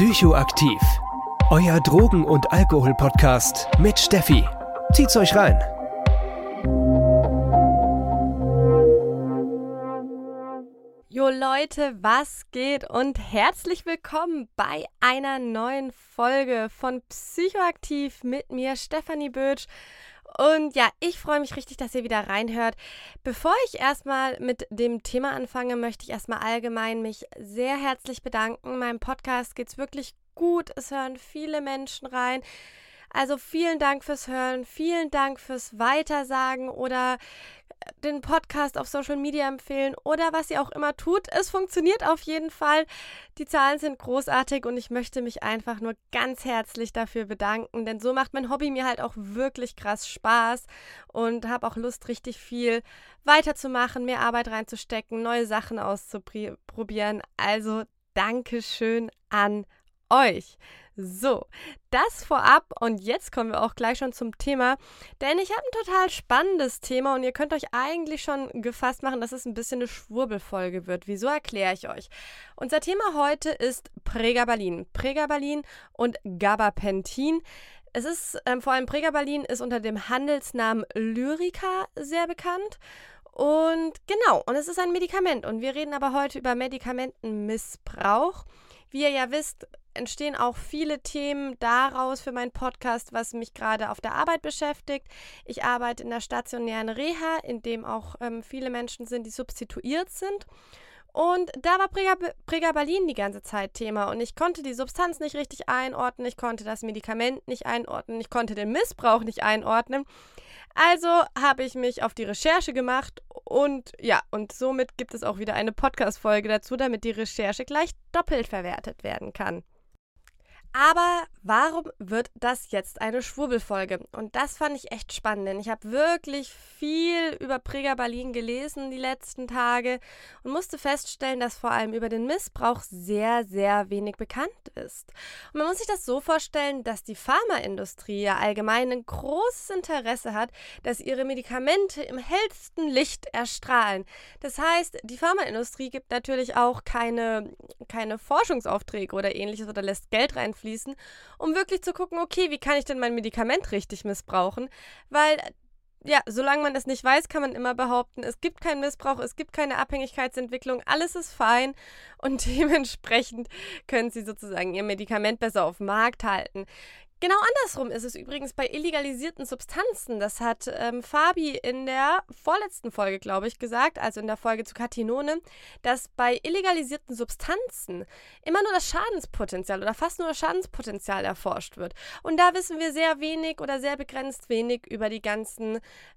Psychoaktiv. Euer Drogen- und Alkohol-Podcast mit Steffi. Zieht's euch rein. Jo Leute, was geht und herzlich willkommen bei einer neuen Folge von Psychoaktiv mit mir, Stefanie Bötsch. Und ja, ich freue mich richtig, dass ihr wieder reinhört. Bevor ich erstmal mit dem Thema anfange, möchte ich erstmal allgemein mich sehr herzlich bedanken. Meinem Podcast geht's wirklich gut. Es hören viele Menschen rein. Also vielen Dank fürs Hören, vielen Dank fürs Weitersagen oder den Podcast auf Social Media empfehlen oder was ihr auch immer tut. Es funktioniert auf jeden Fall. Die Zahlen sind großartig und ich möchte mich einfach nur ganz herzlich dafür bedanken, denn so macht mein Hobby mir halt auch wirklich krass Spaß und habe auch Lust, richtig viel weiterzumachen, mehr Arbeit reinzustecken, neue Sachen auszuprobieren. Also Dankeschön an euch. So, das vorab und jetzt kommen wir auch gleich schon zum Thema, denn ich habe ein total spannendes Thema und ihr könnt euch eigentlich schon gefasst machen, dass es ein bisschen eine Schwurbelfolge wird. Wieso, erkläre ich euch. Unser Thema heute ist Pregabalin. Pregabalin und Gabapentin. Es ist, vor allem Pregabalin ist unter dem Handelsnamen Lyrica sehr bekannt. Und genau, und es ist ein Medikament und wir reden aber heute über Medikamentenmissbrauch. Wie ihr ja wisst, entstehen auch viele Themen daraus für meinen Podcast, was mich gerade auf der Arbeit beschäftigt. Ich arbeite in der stationären Reha, in dem auch viele Menschen sind, die substituiert sind. Und da war Pregabalin die ganze Zeit Thema und ich konnte die Substanz nicht richtig einordnen, ich konnte das Medikament nicht einordnen, ich konnte den Missbrauch nicht einordnen. Also habe ich mich auf die Recherche gemacht und ja, und somit gibt es auch wieder eine Podcast-Folge dazu, damit die Recherche gleich doppelt verwertet werden kann. Aber warum wird das jetzt eine Schwurbelfolge? Und das fand ich echt spannend, denn ich habe wirklich viel über Pregabalin gelesen die letzten Tage und musste feststellen, dass vor allem über den Missbrauch sehr, sehr wenig bekannt ist. Und man muss sich das so vorstellen, dass die Pharmaindustrie ja allgemein ein großes Interesse hat, dass ihre Medikamente im hellsten Licht erstrahlen. Das heißt, die Pharmaindustrie gibt natürlich auch keine Forschungsaufträge oder ähnliches oder lässt Geld reinfließen, um wirklich zu gucken, okay, wie kann ich denn mein Medikament richtig missbrauchen? Weil, ja, solange man das nicht weiß, kann man immer behaupten, es gibt keinen Missbrauch, es gibt keine Abhängigkeitsentwicklung, alles ist fein und dementsprechend können sie sozusagen ihr Medikament besser auf dem Markt halten. Genau andersrum ist es übrigens bei illegalisierten Substanzen. Das hat Fabi in der vorletzten Folge, glaube ich, gesagt, also in der Folge zu Katinone, dass bei illegalisierten Substanzen immer nur das Schadenspotenzial oder fast nur das Schadenspotenzial erforscht wird. Und da wissen wir sehr wenig oder sehr begrenzt wenig über die ganzen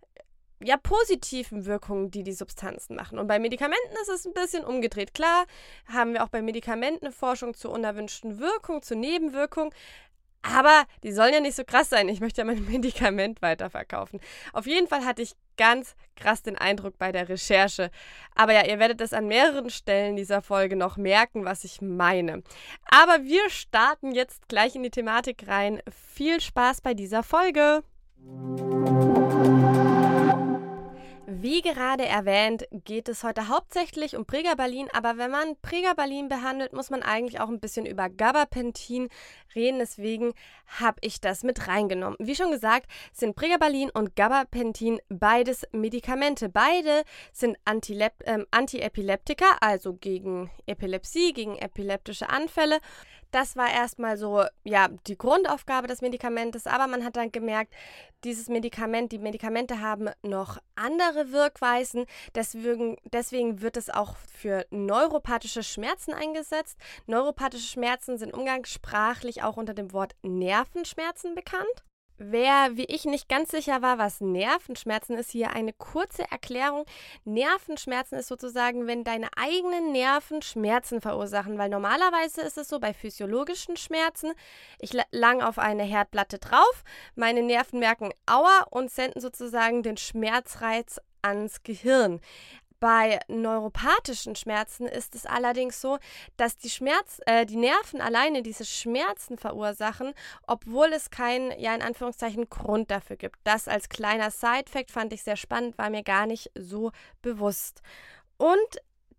positiven Wirkungen, die Substanzen machen. Und bei Medikamenten ist es ein bisschen umgedreht. Klar haben wir auch bei Medikamenten eine Forschung zur unerwünschten Wirkung, zur Nebenwirkung, aber die sollen ja nicht so krass sein. Ich möchte ja mein Medikament weiterverkaufen. Auf jeden Fall hatte ich ganz krass den Eindruck bei der Recherche. Aber ja, ihr werdet es an mehreren Stellen dieser Folge noch merken, was ich meine. Aber wir starten jetzt gleich in die Thematik rein. Viel Spaß bei dieser Folge! Wie gerade erwähnt, geht es heute hauptsächlich um Pregabalin, aber wenn man Pregabalin behandelt, muss man eigentlich auch ein bisschen über Gabapentin reden, deswegen habe ich das mit reingenommen. Wie schon gesagt, sind Pregabalin und Gabapentin beides Medikamente. Beide sind Antiepileptika, also gegen Epilepsie, gegen epileptische Anfälle. Das war erstmal so, ja, die Grundaufgabe des Medikamentes, aber man hat dann gemerkt, die Medikamente haben noch andere Wirkweisen, deswegen wird es auch für neuropathische Schmerzen eingesetzt. Neuropathische Schmerzen sind umgangssprachlich auch unter dem Wort Nervenschmerzen bekannt. Wer wie ich nicht ganz sicher war, was Nervenschmerzen ist, hier eine kurze Erklärung. Nervenschmerzen ist sozusagen, wenn deine eigenen Nerven Schmerzen verursachen, weil normalerweise ist es so bei physiologischen Schmerzen, ich lang auf eine Herdplatte drauf, meine Nerven merken Aua und senden sozusagen den Schmerzreiz ans Gehirn. Bei neuropathischen Schmerzen ist es allerdings so, dass die Nerven alleine diese Schmerzen verursachen, obwohl es keinen, in Anführungszeichen, Grund dafür gibt. Das als kleiner Side-Fact fand ich sehr spannend, war mir gar nicht so bewusst. Und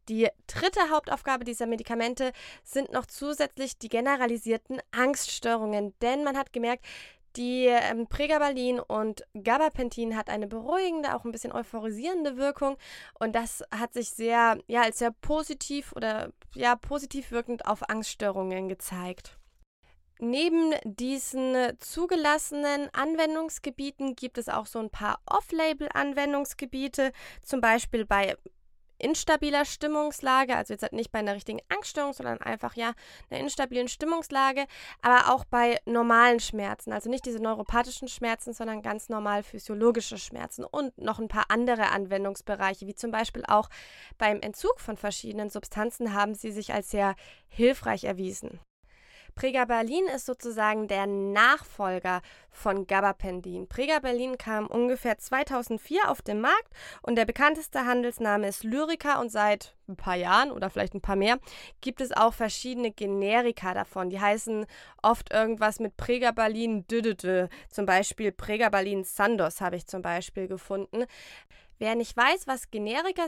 Die dritte Hauptaufgabe dieser Medikamente sind noch zusätzlich die generalisierten Angststörungen, denn man hat gemerkt, die Pregabalin und Gabapentin hat eine beruhigende, auch ein bisschen euphorisierende Wirkung und das hat sich als sehr positiv oder positiv wirkend auf Angststörungen gezeigt. Neben diesen zugelassenen Anwendungsgebieten gibt es auch so ein paar Off-Label-Anwendungsgebiete, zum Beispiel bei instabiler Stimmungslage, also jetzt halt nicht bei einer richtigen Angststörung, sondern einfach einer instabilen Stimmungslage, aber auch bei normalen Schmerzen, also nicht diese neuropathischen Schmerzen, sondern ganz normal physiologische Schmerzen und noch ein paar andere Anwendungsbereiche, wie zum Beispiel auch beim Entzug von verschiedenen Substanzen haben sie sich als sehr hilfreich erwiesen. Pregabalin ist sozusagen der Nachfolger von Gabapentin. Pregabalin kam ungefähr 2004 auf den Markt und der bekannteste Handelsname ist Lyrica und seit ein paar Jahren oder vielleicht ein paar mehr gibt es auch verschiedene Generika davon. Die heißen oft irgendwas mit Pregabalin, zum Beispiel Pregabalin Sandoz habe ich zum Beispiel gefunden. Wer nicht weiß, was Generika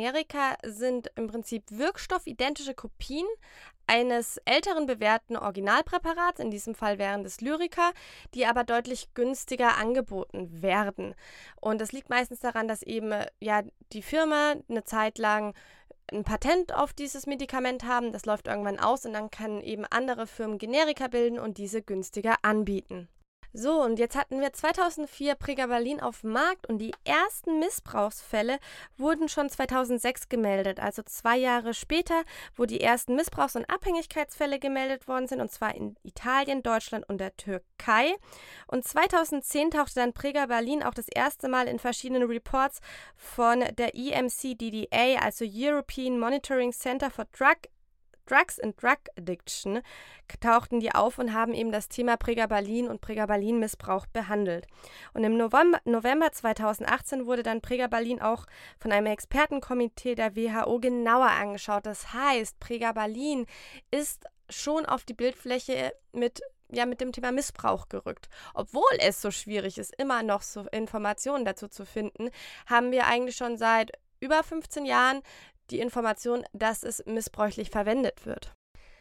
sind im Prinzip wirkstoffidentische Kopien eines älteren bewährten Originalpräparats, in diesem Fall wären das Lyrica, die aber deutlich günstiger angeboten werden. Und das liegt meistens daran, dass eben die Firma eine Zeit lang ein Patent auf dieses Medikament haben, das läuft irgendwann aus und dann können eben andere Firmen Generika bilden und diese günstiger anbieten. So, und jetzt hatten wir 2004 Pregabalin auf dem Markt und die ersten Missbrauchsfälle wurden schon 2006 gemeldet, also 2 Jahre später, wo die ersten Missbrauchs- und Abhängigkeitsfälle gemeldet worden sind, und zwar in Italien, Deutschland und der Türkei. Und 2010 tauchte dann Pregabalin auch das erste Mal in verschiedenen Reports von der EMCDDA, also European Monitoring Center for Drugs and Drug Addiction, tauchten die auf und haben eben das Thema Pregabalin und Pregabalin-Missbrauch behandelt. Und im November 2018 wurde dann Pregabalin auch von einem Expertenkomitee der WHO genauer angeschaut. Das heißt, Pregabalin ist schon auf die Bildfläche mit dem Thema Missbrauch gerückt. Obwohl es so schwierig ist, immer noch so Informationen dazu zu finden, haben wir eigentlich schon seit über 15 Jahren die Information, dass es missbräuchlich verwendet wird.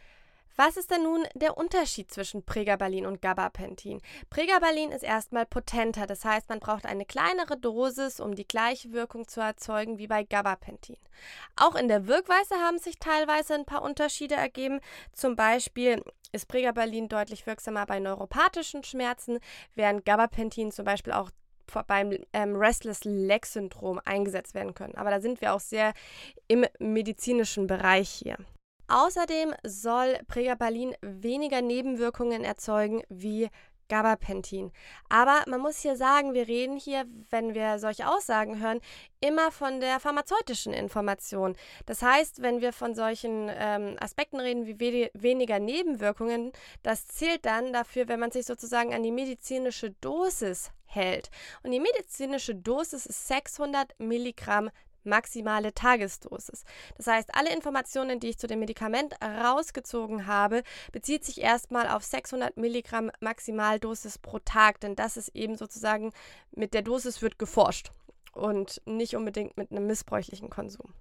Was ist denn nun der Unterschied zwischen Pregabalin und Gabapentin? Pregabalin ist erstmal potenter, das heißt, man braucht eine kleinere Dosis, um die gleiche Wirkung zu erzeugen wie bei Gabapentin. Auch in der Wirkweise haben sich teilweise ein paar Unterschiede ergeben. Zum Beispiel ist Pregabalin deutlich wirksamer bei neuropathischen Schmerzen, während Gabapentin zum Beispiel auch beim Restless Leg Syndrom eingesetzt werden können. Aber da sind wir auch sehr im medizinischen Bereich hier. Außerdem soll Pregabalin weniger Nebenwirkungen erzeugen wie Gabapentin. Aber man muss hier sagen, wir reden hier, wenn wir solche Aussagen hören, immer von der pharmazeutischen Information. Das heißt, wenn wir von solchen Aspekten reden wie weniger Nebenwirkungen, das zählt dann dafür, wenn man sich sozusagen an die medizinische Dosis hält. Und die medizinische Dosis ist 600 Milligramm maximale Tagesdosis. Das heißt, alle Informationen, die ich zu dem Medikament rausgezogen habe, bezieht sich erstmal auf 600 Milligramm Maximaldosis pro Tag, denn das ist eben sozusagen, mit der Dosis wird geforscht und nicht unbedingt mit einem missbräuchlichen Konsum.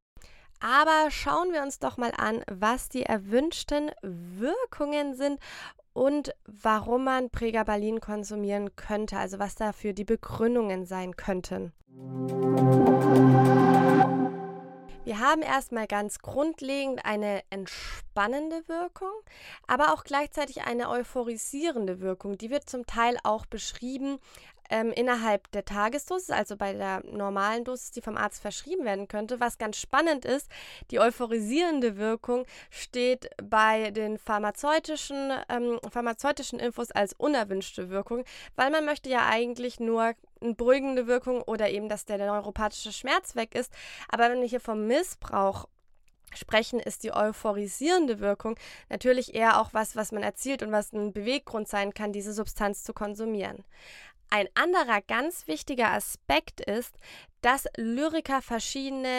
Aber schauen wir uns doch mal an, was die erwünschten Wirkungen sind und warum man Pregabalin konsumieren könnte, also was dafür die Begründungen sein könnten. Wir haben erstmal ganz grundlegend eine entspannende Wirkung, aber auch gleichzeitig eine euphorisierende Wirkung. Die wird zum Teil auch beschrieben innerhalb der Tagesdosis, also bei der normalen Dosis, die vom Arzt verschrieben werden könnte. Was ganz spannend ist, die euphorisierende Wirkung steht bei den pharmazeutischen Infos als unerwünschte Wirkung, weil man möchte ja eigentlich nur eine beruhigende Wirkung oder eben, dass der neuropathische Schmerz weg ist. Aber wenn wir hier vom Missbrauch sprechen, ist die euphorisierende Wirkung natürlich eher auch was man erzielt und was ein Beweggrund sein kann, diese Substanz zu konsumieren. Ein anderer ganz wichtiger Aspekt ist, dass Lyrica verschiedene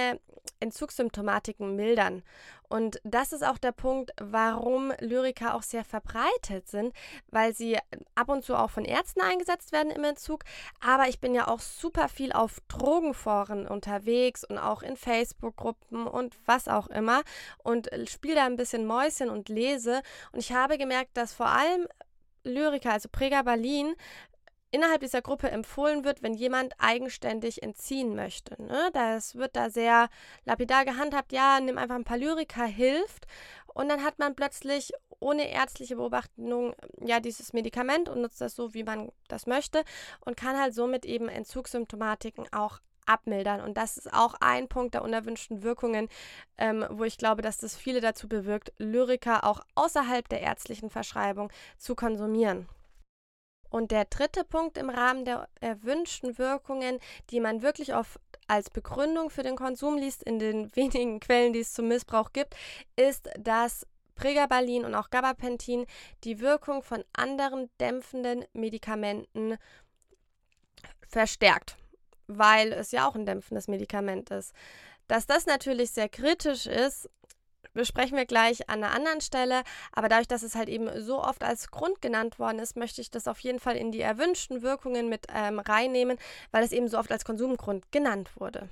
Entzugssymptomatiken mildern. Und das ist auch der Punkt, warum Lyrica auch sehr verbreitet sind, weil sie ab und zu auch von Ärzten eingesetzt werden im Entzug. Aber ich bin ja auch super viel auf Drogenforen unterwegs und auch in Facebook-Gruppen und was auch immer und spiele da ein bisschen Mäuschen und lese. Und ich habe gemerkt, dass vor allem Lyrica, also Pregabalin, innerhalb dieser Gruppe empfohlen wird, wenn jemand eigenständig entziehen möchte. Ne? Das wird da sehr lapidar gehandhabt, ja, nimm einfach ein paar Lyrica, hilft. Und dann hat man plötzlich ohne ärztliche Beobachtung ja dieses Medikament und nutzt das so, wie man das möchte und kann halt somit eben Entzugssymptomatiken auch abmildern. Und das ist auch ein Punkt der unerwünschten Wirkungen, wo ich glaube, dass das viele dazu bewirkt, Lyrica auch außerhalb der ärztlichen Verschreibung zu konsumieren. Und der dritte Punkt im Rahmen der erwünschten Wirkungen, die man wirklich oft als Begründung für den Konsum liest, in den wenigen Quellen, die es zum Missbrauch gibt, ist, dass Pregabalin und auch Gabapentin die Wirkung von anderen dämpfenden Medikamenten verstärkt, weil es ja auch ein dämpfendes Medikament ist. Dass das natürlich sehr kritisch ist, besprechen wir gleich an einer anderen Stelle, aber dadurch, dass es halt eben so oft als Grund genannt worden ist, möchte ich das auf jeden Fall in die erwünschten Wirkungen mit reinnehmen, weil es eben so oft als Konsumgrund genannt wurde.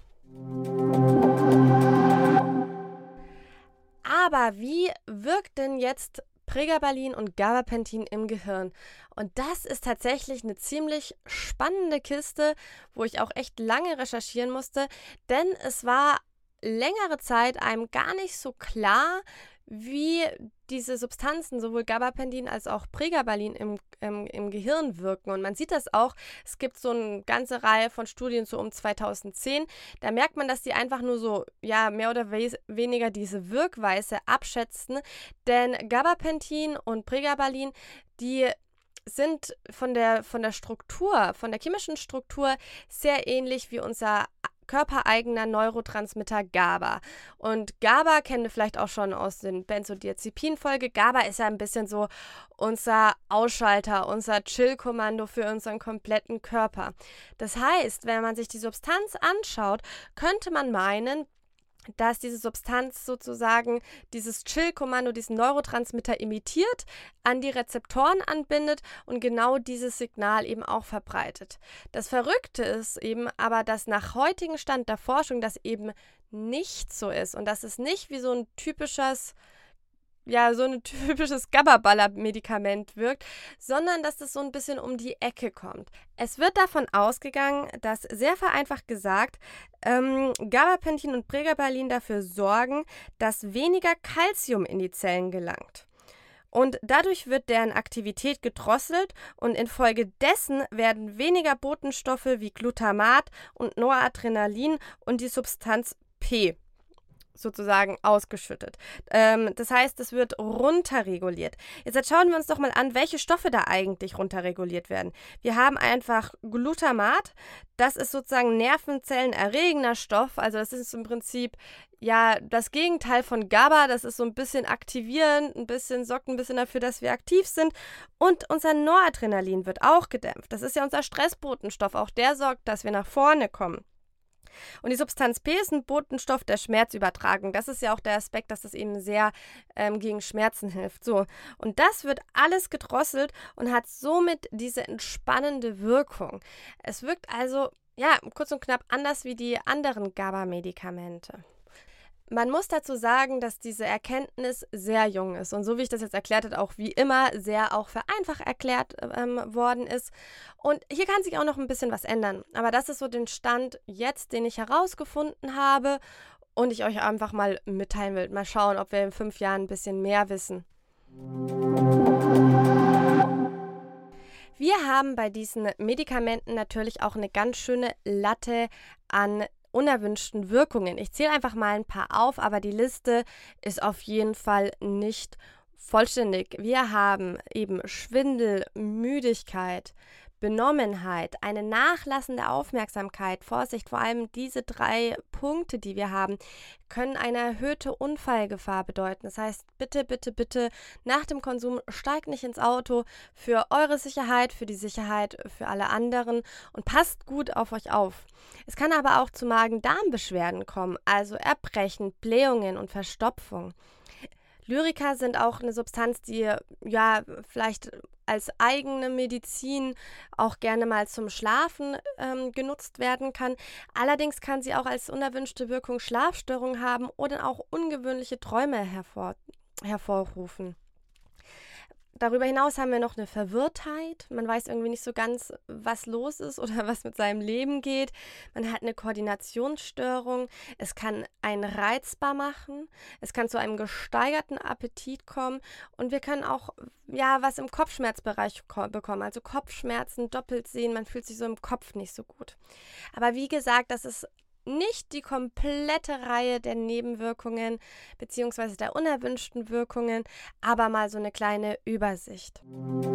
Aber wie wirkt denn jetzt Pregabalin und Gabapentin im Gehirn? Und das ist tatsächlich eine ziemlich spannende Kiste, wo ich auch echt lange recherchieren musste, denn es war längere Zeit einem gar nicht so klar, wie diese Substanzen, sowohl Gabapentin als auch Pregabalin im Gehirn wirken. Und man sieht das auch, es gibt so eine ganze Reihe von Studien so um 2010, da merkt man, dass die einfach nur so, ja, mehr oder weniger diese Wirkweise abschätzen, denn Gabapentin und Pregabalin, die sind von der Struktur, von der chemischen Struktur sehr ähnlich wie unser körpereigener Neurotransmitter GABA. Und GABA kennen wir vielleicht auch schon aus den Benzodiazepin-Folge. GABA ist ja ein bisschen so unser Ausschalter, unser Chill-Kommando für unseren kompletten Körper. Das heißt, wenn man sich die Substanz anschaut, könnte man meinen, dass diese Substanz sozusagen dieses Chill-Kommando, diesen Neurotransmitter imitiert, an die Rezeptoren anbindet und genau dieses Signal eben auch verbreitet. Das Verrückte ist eben aber, dass nach heutigem Stand der Forschung das eben nicht so ist und dass es nicht wie so ein typisches GABA-Baller-Medikament wirkt, sondern dass das so ein bisschen um die Ecke kommt. Es wird davon ausgegangen, dass, sehr vereinfacht gesagt, Gabapentin und Pregabalin dafür sorgen, dass weniger Calcium in die Zellen gelangt. Und dadurch wird deren Aktivität gedrosselt und infolgedessen werden weniger Botenstoffe wie Glutamat und Noradrenalin und die Substanz P sozusagen ausgeschüttet. Das heißt, es wird runterreguliert. Jetzt schauen wir uns doch mal an, welche Stoffe da eigentlich runterreguliert werden. Wir haben einfach Glutamat, das ist sozusagen nervenzellenerregender Stoff, also das ist im Prinzip ja das Gegenteil von GABA, das ist so ein bisschen aktivierend, sorgt ein bisschen dafür, dass wir aktiv sind und unser Noradrenalin wird auch gedämpft. Das ist ja unser Stressbotenstoff, auch der sorgt, dass wir nach vorne kommen. Und die Substanz P ist ein Botenstoff der Schmerzübertragung. Das ist ja auch der Aspekt, dass das eben sehr gegen Schmerzen hilft. So, und das wird alles gedrosselt und hat somit diese entspannende Wirkung. Es wirkt also, ja, kurz und knapp anders wie die anderen GABA-Medikamente. Man muss dazu sagen, dass diese Erkenntnis sehr jung ist und so wie ich das jetzt erklärt habe, auch wie immer sehr auch vereinfacht erklärt worden ist. Und hier kann sich auch noch ein bisschen was ändern. Aber das ist so der Stand jetzt, den ich herausgefunden habe und ich euch einfach mal mitteilen will. Mal schauen, ob wir in 5 Jahren ein bisschen mehr wissen. Wir haben bei diesen Medikamenten natürlich auch eine ganz schöne Latte an unerwünschten Wirkungen. Ich zähle einfach mal ein paar auf, aber die Liste ist auf jeden Fall nicht vollständig. Wir haben eben Schwindel, Müdigkeit, Benommenheit, eine nachlassende Aufmerksamkeit, Vorsicht, vor allem diese 3 Punkte, die wir haben, können eine erhöhte Unfallgefahr bedeuten. Das heißt, bitte, bitte, bitte nach dem Konsum steigt nicht ins Auto für eure Sicherheit, für die Sicherheit für alle anderen und passt gut auf euch auf. Es kann aber auch zu Magen-Darm-Beschwerden kommen, also Erbrechen, Blähungen und Verstopfung. Lyrica sind auch eine Substanz, die ja vielleicht als eigene Medizin auch gerne mal zum Schlafen genutzt werden kann. Allerdings kann sie auch als unerwünschte Wirkung Schlafstörungen haben oder auch ungewöhnliche Träume hervorrufen. Darüber hinaus haben wir noch eine Verwirrtheit. Man weiß irgendwie nicht so ganz, was los ist oder was mit seinem Leben geht. Man hat eine Koordinationsstörung. Es kann einen reizbar machen. Es kann zu einem gesteigerten Appetit kommen. Und wir können auch was im Kopfschmerzbereich bekommen. Also Kopfschmerzen doppelt sehen. Man fühlt sich so im Kopf nicht so gut. Aber wie gesagt, das ist nicht die komplette Reihe der Nebenwirkungen bzw. der unerwünschten Wirkungen, aber mal so eine kleine Übersicht.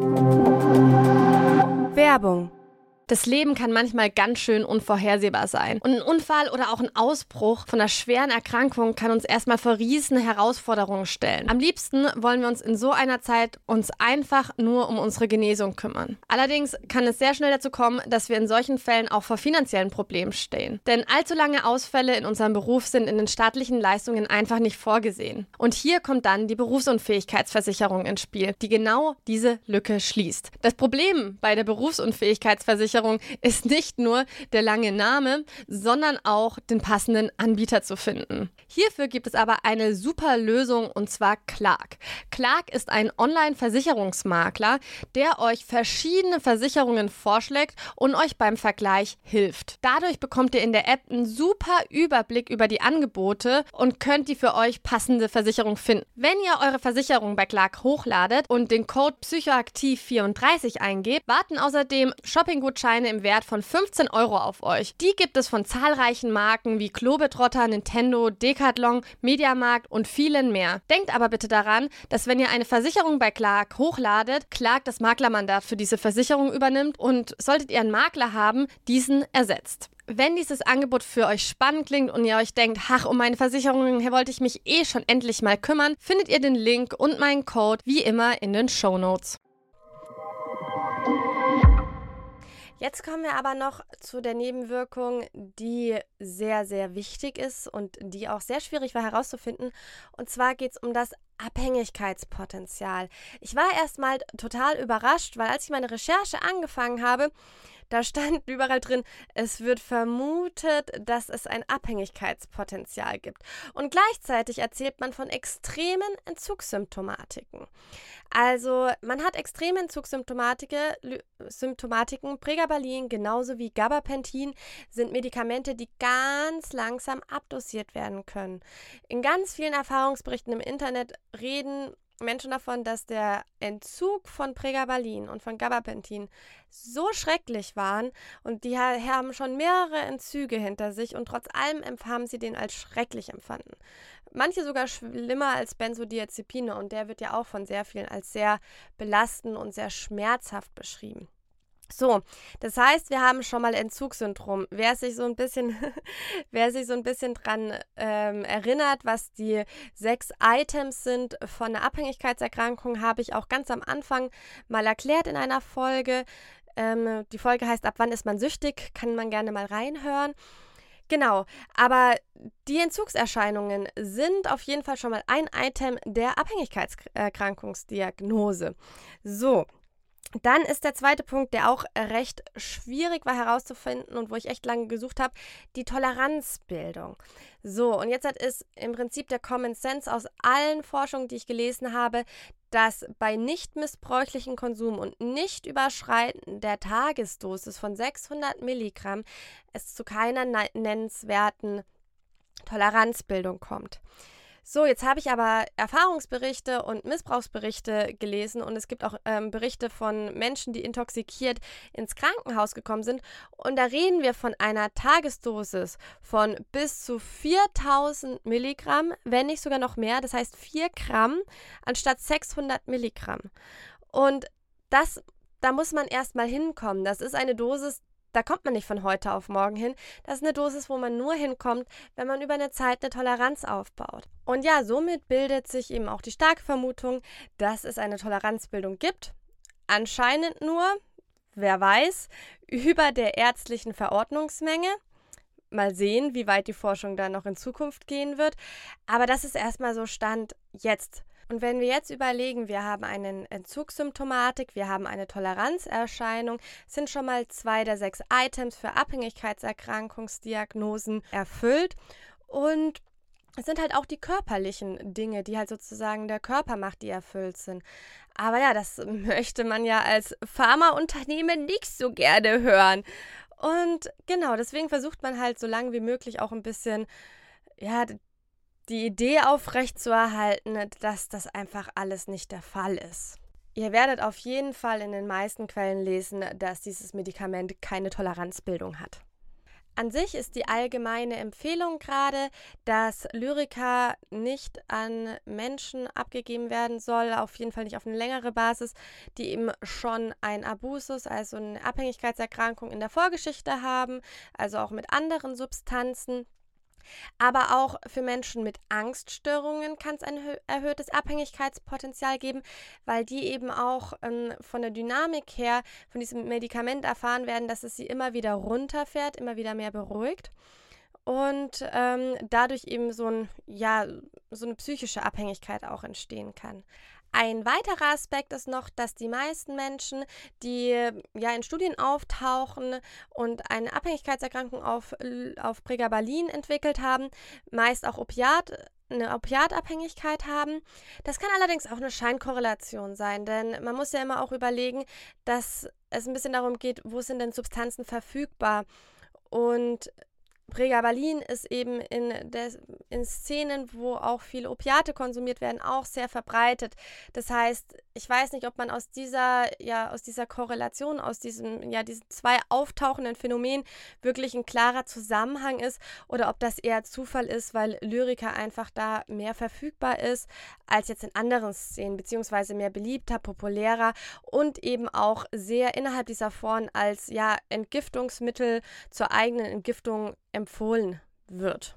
Werbung. Das Leben kann manchmal ganz schön unvorhersehbar sein. Und ein Unfall oder auch ein Ausbruch von einer schweren Erkrankung kann uns erstmal vor riesen Herausforderungen stellen. Am liebsten wollen wir uns in so einer Zeit uns einfach nur um unsere Genesung kümmern. Allerdings kann es sehr schnell dazu kommen, dass wir in solchen Fällen auch vor finanziellen Problemen stehen. Denn allzu lange Ausfälle in unserem Beruf sind in den staatlichen Leistungen einfach nicht vorgesehen. Und hier kommt dann die Berufsunfähigkeitsversicherung ins Spiel, die genau diese Lücke schließt. Das Problem bei der Berufsunfähigkeitsversicherung ist nicht nur der lange Name, sondern auch den passenden Anbieter zu finden. Hierfür gibt es aber eine super Lösung und zwar Clark. Clark ist ein Online-Versicherungsmakler, der euch verschiedene Versicherungen vorschlägt und euch beim Vergleich hilft. Dadurch bekommt ihr in der App einen super Überblick über die Angebote und könnt die für euch passende Versicherung finden. Wenn ihr eure Versicherung bei Clark hochladet und den Code Psychoaktiv34 eingebt, warten außerdem Shoppinggutscheine im Wert von 15 € auf euch. Die gibt es von zahlreichen Marken wie Globetrotter, Nintendo, Decathlon, Mediamarkt und vielen mehr. Denkt aber bitte daran, dass wenn ihr eine Versicherung bei Clark hochladet, Clark das Maklermandat für diese Versicherung übernimmt und solltet ihr einen Makler haben, diesen ersetzt. Wenn dieses Angebot für euch spannend klingt und ihr euch denkt, ach, um meine Versicherungen wollte ich mich schon endlich mal kümmern, findet ihr den Link und meinen Code wie immer in den Shownotes. Jetzt kommen wir aber noch zu der Nebenwirkung, die sehr, sehr wichtig ist und die auch sehr schwierig war herauszufinden. Und zwar geht es um das Abhängigkeitspotenzial. Ich war erstmal total überrascht, weil als ich meine Recherche angefangen habe, da stand überall drin, es wird vermutet, dass es ein Abhängigkeitspotenzial gibt. Und gleichzeitig erzählt man von extremen Entzugssymptomatiken. Also man hat extreme Entzugssymptomatiken. Pregabalin genauso wie Gabapentin sind Medikamente, die ganz langsam abdosiert werden können. In ganz vielen Erfahrungsberichten im Internet reden Menschen davon, dass der Entzug von Pregabalin und von Gabapentin so schrecklich waren und die haben schon mehrere Entzüge hinter sich und trotz allem haben sie den als schrecklich empfunden. Manche sogar schlimmer als Benzodiazepine und der wird ja auch von sehr vielen als sehr belastend und sehr schmerzhaft beschrieben. So, das heißt, wir haben schon mal Entzugssyndrom. Wer sich so ein bisschen dran erinnert, was die 6 Items sind von einer Abhängigkeitserkrankung, habe ich auch ganz am Anfang mal erklärt in einer Folge. Die Folge heißt, ab wann ist man süchtig? Kann man gerne mal reinhören. Genau, aber die Entzugserscheinungen sind auf jeden Fall schon mal ein Item der Abhängigkeitserkrankungsdiagnose. So. Dann ist der zweite Punkt, der auch recht schwierig war herauszufinden und wo ich echt lange gesucht habe, die Toleranzbildung. So, und jetzt ist im Prinzip der Common Sense aus allen Forschungen, die ich gelesen habe, dass bei nicht missbräuchlichem Konsum und nicht Überschreiten der Tagesdosis von 600 Milligramm es zu keiner nennenswerten Toleranzbildung kommt. So, jetzt habe ich aber Erfahrungsberichte und Missbrauchsberichte gelesen und es gibt auch Berichte von Menschen, die intoxikiert ins Krankenhaus gekommen sind und da reden wir von einer Tagesdosis von bis zu 4000 Milligramm, wenn nicht sogar noch mehr, das heißt 4 Gramm anstatt 600 Milligramm. Und das da muss man erstmal hinkommen. Das ist eine Dosis, da kommt man nicht von heute auf morgen hin. Das ist eine Dosis, wo man nur hinkommt, wenn man über eine Zeit eine Toleranz aufbaut. Und ja, somit bildet sich eben auch die starke Vermutung, dass es eine Toleranzbildung gibt. Anscheinend nur, wer weiß, über der ärztlichen Verordnungsmenge. Mal sehen, wie weit die Forschung da noch in Zukunft gehen wird. Aber das ist erstmal so Stand jetzt. Und wenn wir jetzt überlegen, wir haben eine Entzugssymptomatik, wir haben eine Toleranzerscheinung, sind schon mal 2 der 6 Items für Abhängigkeitserkrankungsdiagnosen erfüllt. Und es sind halt auch die körperlichen Dinge, die halt sozusagen der Körper macht, die erfüllt sind. Aber ja, das möchte man ja als Pharmaunternehmen nicht so gerne hören. Und genau, deswegen versucht man halt so lange wie möglich auch ein bisschen, ja, die Idee aufrechtzuerhalten, dass das einfach alles nicht der Fall ist. Ihr werdet auf jeden Fall in den meisten Quellen lesen, dass dieses Medikament keine Toleranzbildung hat. An sich ist die allgemeine Empfehlung gerade, dass Lyrica nicht an Menschen abgegeben werden soll, auf jeden Fall nicht auf eine längere Basis, die eben schon ein Abusus, also eine Abhängigkeitserkrankung in der Vorgeschichte haben, also auch mit anderen Substanzen. Aber auch für Menschen mit Angststörungen kann es ein erhöhtes Abhängigkeitspotenzial geben, weil die eben auch von der Dynamik her von diesem Medikament erfahren werden, dass es sie immer wieder runterfährt, immer wieder mehr beruhigt und dadurch eben so eine psychische Abhängigkeit auch entstehen kann. Ein weiterer Aspekt ist noch, dass die meisten Menschen, die in Studien auftauchen und eine Abhängigkeitserkrankung auf Pregabalin entwickelt haben, meist auch eine Opiatabhängigkeit haben. Das kann allerdings auch eine Scheinkorrelation sein, denn man muss ja immer auch überlegen, dass es ein bisschen darum geht, wo sind denn Substanzen verfügbar. Und Pregabalin ist eben in Szenen, wo auch viele Opiate konsumiert werden, auch sehr verbreitet. Das heißt, ich weiß nicht, ob man aus dieser Korrelation, aus diesen 2 auftauchenden Phänomenen wirklich ein klarer Zusammenhang ist oder ob das eher Zufall ist, weil Lyrica einfach da mehr verfügbar ist als jetzt in anderen Szenen, beziehungsweise mehr beliebter, populärer und eben auch sehr innerhalb dieser Foren als Entgiftungsmittel zur eigenen Entgiftung empfohlen wird.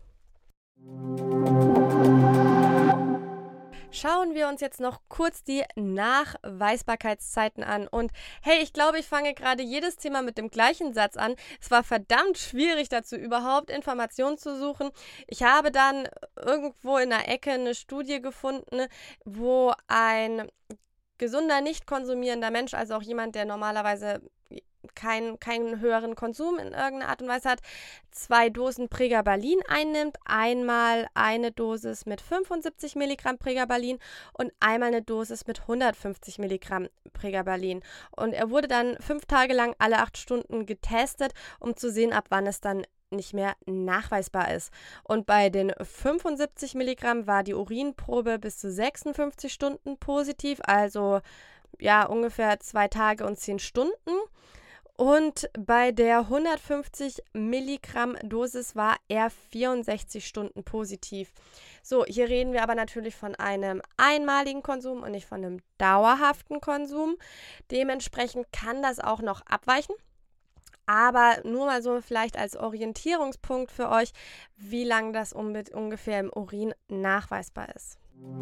Schauen wir uns jetzt noch kurz die Nachweisbarkeitszeiten an. Und hey, ich glaube, ich fange gerade jedes Thema mit dem gleichen Satz an. Es war verdammt schwierig dazu, überhaupt Informationen zu suchen. Ich habe dann irgendwo in der Ecke eine Studie gefunden, wo ein gesunder, nicht konsumierender Mensch, also auch jemand, der normalerweise keinen höheren Konsum in irgendeiner Art und Weise hat, 2 Dosen Pregabalin einnimmt, einmal eine Dosis mit 75 Milligramm Pregabalin und einmal eine Dosis mit 150 Milligramm Pregabalin. Und er wurde dann 5 Tage lang alle 8 Stunden getestet, um zu sehen, ab wann es dann nicht mehr nachweisbar ist. Und bei den 75 Milligramm war die Urinprobe bis zu 56 Stunden positiv, also ungefähr 2 Tage und 10 Stunden. Und bei der 150 Milligramm Dosis war er 64 Stunden positiv. So, hier reden wir aber natürlich von einem einmaligen Konsum und nicht von einem dauerhaften Konsum. Dementsprechend kann das auch noch abweichen. Aber nur mal so vielleicht als Orientierungspunkt für euch, wie lange das ungefähr im Urin nachweisbar ist.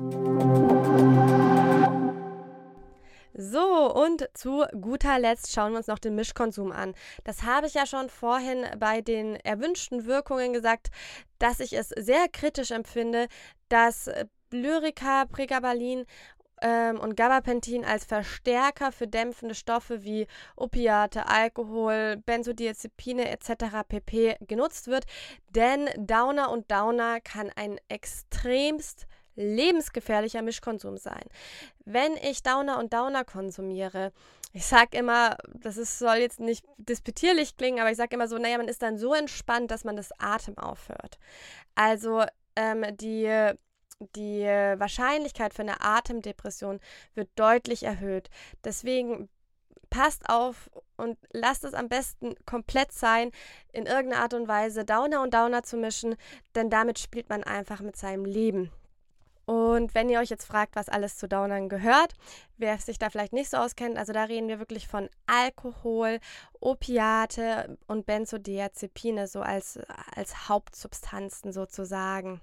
So, und zu guter Letzt schauen wir uns noch den Mischkonsum an. Das habe ich ja schon vorhin bei den erwünschten Wirkungen gesagt, dass ich es sehr kritisch empfinde, dass Lyrica, Pregabalin und Gabapentin als Verstärker für dämpfende Stoffe wie Opiate, Alkohol, Benzodiazepine etc. pp. Genutzt wird, denn Downer und Downer kann ein extremst lebensgefährlicher Mischkonsum sein. Wenn ich Downer und Downer konsumiere, ich sage immer, soll jetzt nicht despektierlich klingen, aber ich sage immer so, man ist dann so entspannt, dass man das Atem aufhört. Also die Wahrscheinlichkeit für eine Atemdepression wird deutlich erhöht. Deswegen passt auf und lasst es am besten komplett sein, in irgendeiner Art und Weise Downer und Downer zu mischen, denn damit spielt man einfach mit seinem Leben. Und wenn ihr euch jetzt fragt, was alles zu Downern gehört, wer sich da vielleicht nicht so auskennt, also da reden wir wirklich von Alkohol, Opiate und Benzodiazepine, so als Hauptsubstanzen sozusagen.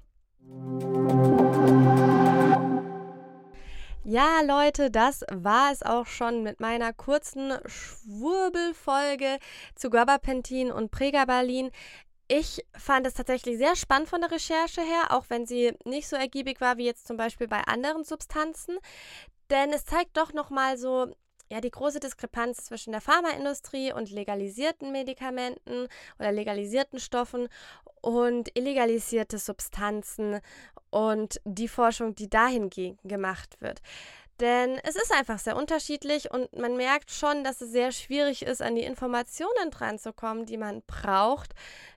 Ja, Leute, das war es auch schon mit meiner kurzen Schwurbelfolge zu Gabapentin und Pregabalin. Ich fand es tatsächlich sehr spannend von der Recherche her, auch wenn sie nicht so ergiebig war wie jetzt zum Beispiel bei anderen Substanzen. Denn es zeigt doch nochmal so, ja, die große Diskrepanz zwischen der Pharmaindustrie und legalisierten Medikamenten oder legalisierten Stoffen und illegalisierte Substanzen und die Forschung, die dahingehend gemacht wird. Denn es ist einfach sehr unterschiedlich und man merkt schon, dass es sehr schwierig ist, an die Informationen dran zu kommen, die man braucht,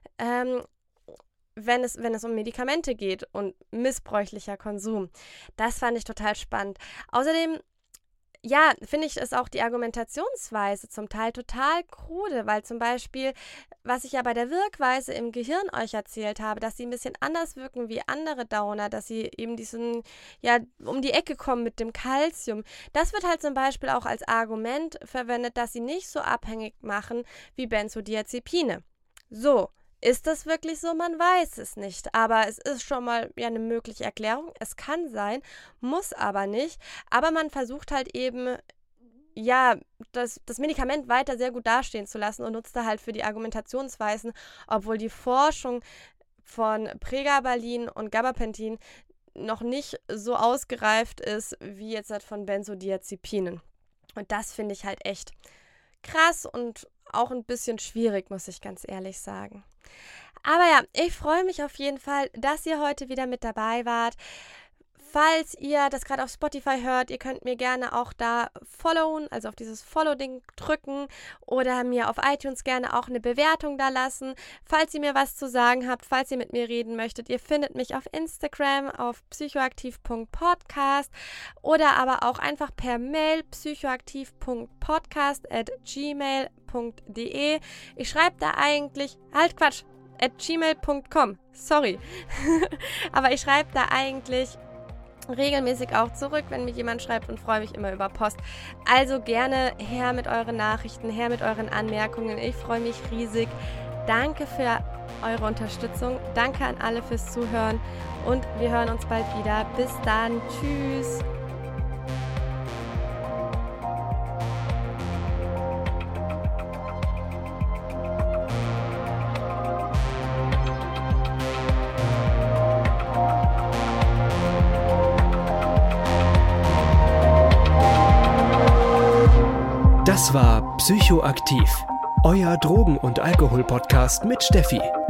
wenn es um Medikamente geht und missbräuchlicher Konsum. Das fand ich total spannend. Außerdem, ja, finde ich es auch die Argumentationsweise zum Teil total krude, weil zum Beispiel, was ich ja bei der Wirkweise im Gehirn euch erzählt habe, dass sie ein bisschen anders wirken wie andere Downer, dass sie eben um die Ecke kommen mit dem Calcium. Das wird halt zum Beispiel auch als Argument verwendet, dass sie nicht so abhängig machen wie Benzodiazepine. So. Ist das wirklich so? Man weiß es nicht, aber es ist schon mal eine mögliche Erklärung. Es kann sein, muss aber nicht. Aber man versucht halt eben, das Medikament weiter sehr gut dastehen zu lassen und nutzt da halt für die Argumentationsweisen, obwohl die Forschung von Pregabalin und Gabapentin noch nicht so ausgereift ist, wie jetzt halt von Benzodiazepinen. Und das finde ich halt echt krass und auch ein bisschen schwierig, muss ich ganz ehrlich sagen. Aber ja, ich freue mich auf jeden Fall, dass ihr heute wieder mit dabei wart. Falls ihr das gerade auf Spotify hört, ihr könnt mir gerne auch da followen, also auf dieses Follow-Ding drücken oder mir auf iTunes gerne auch eine Bewertung da lassen. Falls ihr mir was zu sagen habt, falls ihr mit mir reden möchtet, ihr findet mich auf Instagram auf psychoaktiv.podcast oder aber auch einfach per Mail psychoaktiv.podcast@gmail.de. Ich schreibe da eigentlich, @gmail.com, sorry. Aber ich schreibe da eigentlich regelmäßig auch zurück, wenn mir jemand schreibt und freue mich immer über Post. Also gerne her mit euren Nachrichten, her mit euren Anmerkungen. Ich freue mich riesig. Danke für eure Unterstützung. Danke an alle fürs Zuhören und wir hören uns bald wieder. Bis dann. Tschüss. Das war Psychoaktiv, euer Drogen- und Alkohol-Podcast mit Steffi.